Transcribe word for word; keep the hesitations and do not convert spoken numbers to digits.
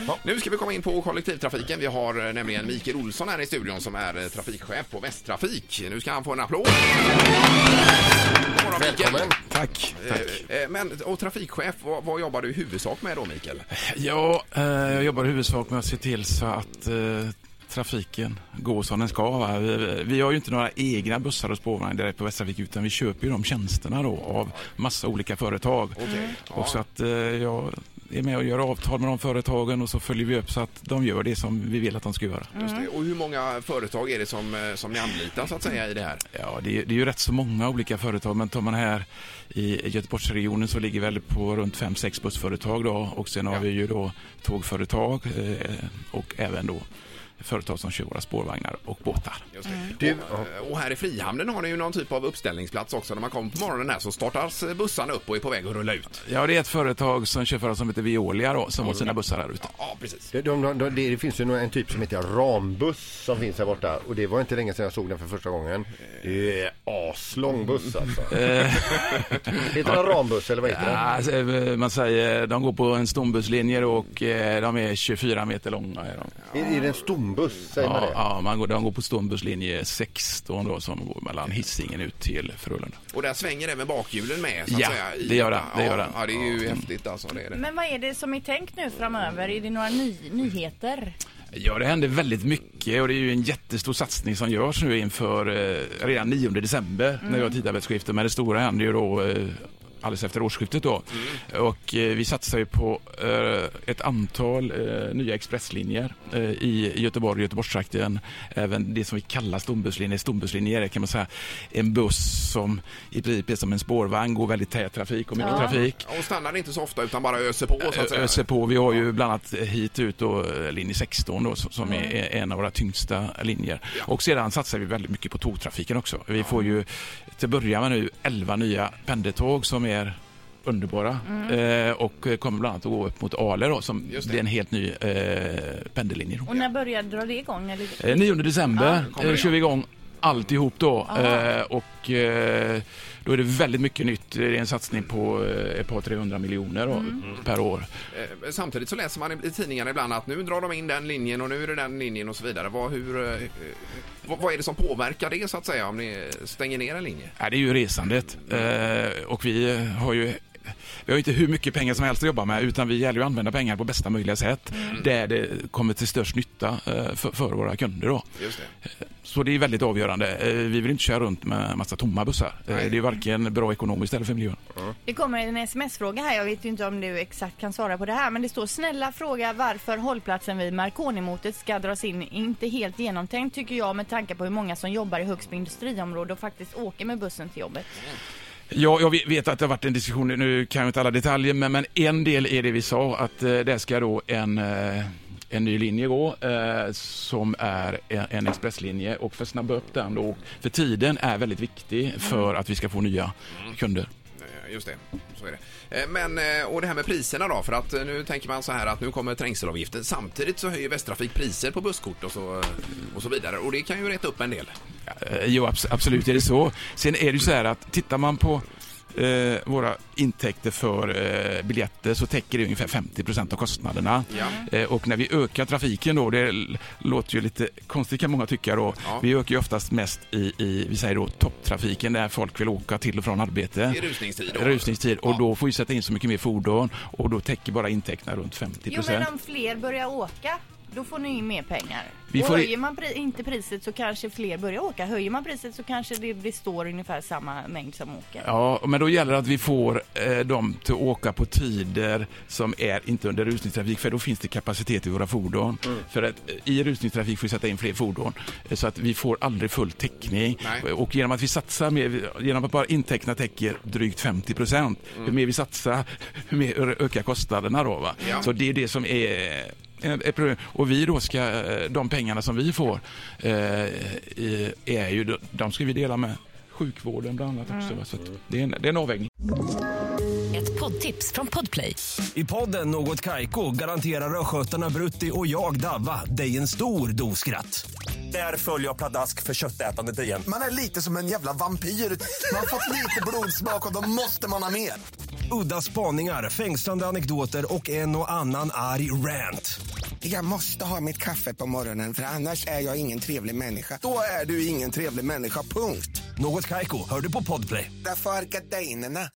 Ja. Nu ska vi komma in på kollektivtrafiken. Vi har nämligen Mikael Olsson här i studion som är trafikchef på Västtrafik. Nu ska han få en applåd. Välkommen. Tack. Tack. Men, och trafikchef, vad, vad jobbar du i huvudsak med då, Mikael? Ja, eh, jag jobbar i huvudsak med att se till så att eh, trafiken går som den ska. Va? Vi, vi har ju inte några egna bussar och spårvagnar direkt på Västtrafik, utan vi köper ju de tjänsterna då av massa olika företag. Okay. Ja. Och så att eh, jag är med och gör avtal med de företagen och så följer vi upp så att de gör det som vi vill att de ska göra. Just det. Och hur många företag är det som, som ni anlitar så att säga i det här? Ja, det är, det är ju rätt så många olika företag, men tar man här i Göteborgsregionen så ligger väl på runt fem sex bussföretag då, och sen har ja. vi ju då tågföretag eh, och även då företag som kör våra spårvagnar och båtar. Just det. Mm. Och, och här i Frihamnen har ni ju någon typ av uppställningsplats också. När man kommer på morgonen här så startas bussarna upp och är på väg att rulla ut. Ja, det är ett företag som kör för som heter Veolia då, som har sina bussar här ute. Ja, precis. Det, de, de, det, det finns ju en typ som heter rambuss som finns här borta. Och det var inte länge sedan jag såg den för första gången. Det är aslång buss alltså. Heter det rambuss eller vad heter det? Ja, alltså, man säger, de går på en stombusslinje och de är tjugofyra meter långa. Är, de. är, är det en stombuss, säger ja, man det? Ja, man går, de går på stombusslinje sexton då, som går mellan Hisingen ut till Frölunda. Och där svänger även bakhjulen med så att ja, säga. I, det gör den. Det, ja, gör den. Ja, det är ju ja. häftigt alltså. Det är det. Men vad är det som är tänkt nu framöver? Är det några ny, nyheter? Ja, det händer väldigt mycket och det är ju en jättestor satsning som görs nu inför eh, redan nionde december mm. när jag tidtabellsskiftar. Men det stora händer ju då eh, alldeles efter årsskiftet då. Mm. Och eh, vi satsar ju på eh, ett antal eh, nya expresslinjer eh, i Göteborg och Göteborgstrakten. Även det som vi kallar stombusslinjer. Stombusslinjer kan man säga en buss som i princip är som en spårvagn, går väldigt tät trafik och mycket ja. trafik. Och stannar inte så ofta utan bara öser på så att säga. Öser på. Vi har ju bland annat hit ut då linje sexton då, som mm. är en av våra tyngsta linjer. Ja. Och sedan satsar vi väldigt mycket på tågtrafiken också. Vi ja. får ju till början med nu elva nya pendeltåg som är underbara mm. eh, och kommer bland annat att gå upp mot Ale då, som det är en helt ny eh, pendellinje. Då. Och när börjar dra det igång? Eller? Eh, nionde december ja, eh, kör vi igång alltihop då eh, och eh, då är det väldigt mycket nytt. Det är en satsning på eh, ett par trehundra miljoner då, mm. per år. Eh, samtidigt så läser man i tidningarna ibland att nu drar de in den linjen och nu är det den linjen och så vidare. Vad, hur, eh, vad, vad är det som påverkar det så att säga om ni stänger ner en linje? Ja, det är ju resandet eh, och vi har ju Vi har inte hur mycket pengar som helst att jobba med, utan vi gäller ju att använda pengar på bästa möjliga sätt mm. där det kommer till störst nytta för, för våra kunder då. Just det. Så det är väldigt avgörande. Vi vill inte köra runt med massa tomma bussar. Nej. Det är varken bra ekonomiskt eller för miljön. Mm. Det kommer en sms-fråga här. Jag vet inte om du exakt kan svara på det här, men det står: snälla fråga varför hållplatsen vid Marconi-motet ska dras in. Inte helt genomtänkt tycker jag, med tanke på hur många som jobbar i Högsby industriområde och faktiskt åker med bussen till jobbet. Mm. Ja, jag vet att det har varit en diskussion, nu kan jag inte alla detaljer, men, men en del är det vi sa, att eh, det ska då en, eh, en ny linje gå eh, som är en, en expresslinje, och för att snabba upp den då, för tiden är väldigt viktig för att vi ska få nya kunder. Just det, så är det. Men, och det här med priserna då, för att nu tänker man så här att nu kommer trängselavgiften. Samtidigt så höjer Västtrafik priser på busskort och så, och så vidare. Och det kan ju rätta upp en del. Jo, absolut är det så. Sen är det ju så här att tittar man på eh, våra intäkter för eh, biljetter så täcker det ungefär femtio procent av kostnaderna. Ja. Eh, och när vi ökar trafiken då, det låter ju lite konstigt kan många tycka då. Ja. Vi ökar ju oftast mest i, i vi säger då topptrafiken där folk vill åka till och från arbete. I rusningstid då. Rusningstid. Och ja. då får vi sätta in så mycket mer fordon och då täcker bara intäkterna runt femtio procent. Jo, men om fler börjar åka, då får ni in mer pengar. Vi får... Höjer man pri- inte priset så kanske fler börjar åka. Höjer man priset så kanske det består ungefär samma mängd som åker. Ja, men då gäller det att vi får eh, dem till att åka på tider som är inte under rusningstrafik, för då finns det kapacitet i våra fordon. Mm. För att eh, i rusningstrafik får vi sätta in fler fordon eh, så att vi får aldrig full täckning. Nej. Och genom att vi satsar mer, genom att bara intäkterna täcker drygt femtio procent, mm. hur mer vi satsar, hur mer ökar kostnaderna då, va? Ja. Så det är det som är och vi då ska, de pengarna som vi får eh, är ju, de ska vi dela med sjukvården bland annat också. Mm. Så att det, är en, det är en avvägning. Ett poddtips från Podplay. I podden Något Kaiko garanterar röskötarna Brutti och jag Davva dig en stor doskratt. Där följer jag pladask för köttätandet igen. Man är lite som en jävla vampyr. Man har fått lite blodsmak och då måste man ha mer. Udda spaningar, fängslande anekdoter och en och annan arg rant. Jag måste ha mitt kaffe på morgonen för annars är jag ingen trevlig människa. Då är du ingen trevlig människa, punkt. Något Kaiko, hör du på Podplay. Därför är gardinerna.